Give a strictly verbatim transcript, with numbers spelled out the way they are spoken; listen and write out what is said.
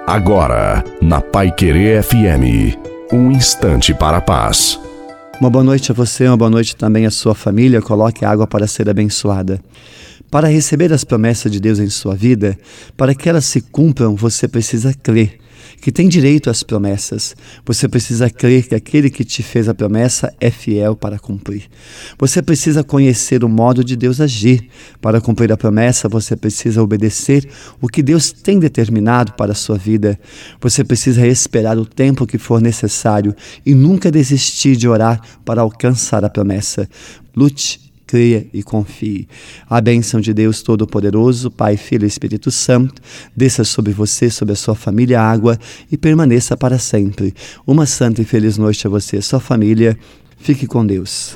Agora, na Paiquerê F M, um instante para a paz. Uma boa noite a você, uma boa noite também à sua família. Coloque água para ser abençoada. Para receber as promessas de Deus em sua vida, para que elas se cumpram, você precisa crer que tem direito às promessas. Você precisa crer que aquele que te fez a promessa é fiel para cumprir. Você precisa conhecer o modo de Deus agir. Para cumprir a promessa, você precisa obedecer o que Deus tem determinado para a sua vida. Você precisa esperar o tempo que for necessário e nunca desistir de orar para alcançar a promessa. Lute, creia e confie. A bênção de Deus Todo-Poderoso, Pai, Filho e Espírito Santo, desça sobre você, sobre a sua família, água e permaneça para sempre. Uma santa e feliz noite a você e a sua família. Fique com Deus.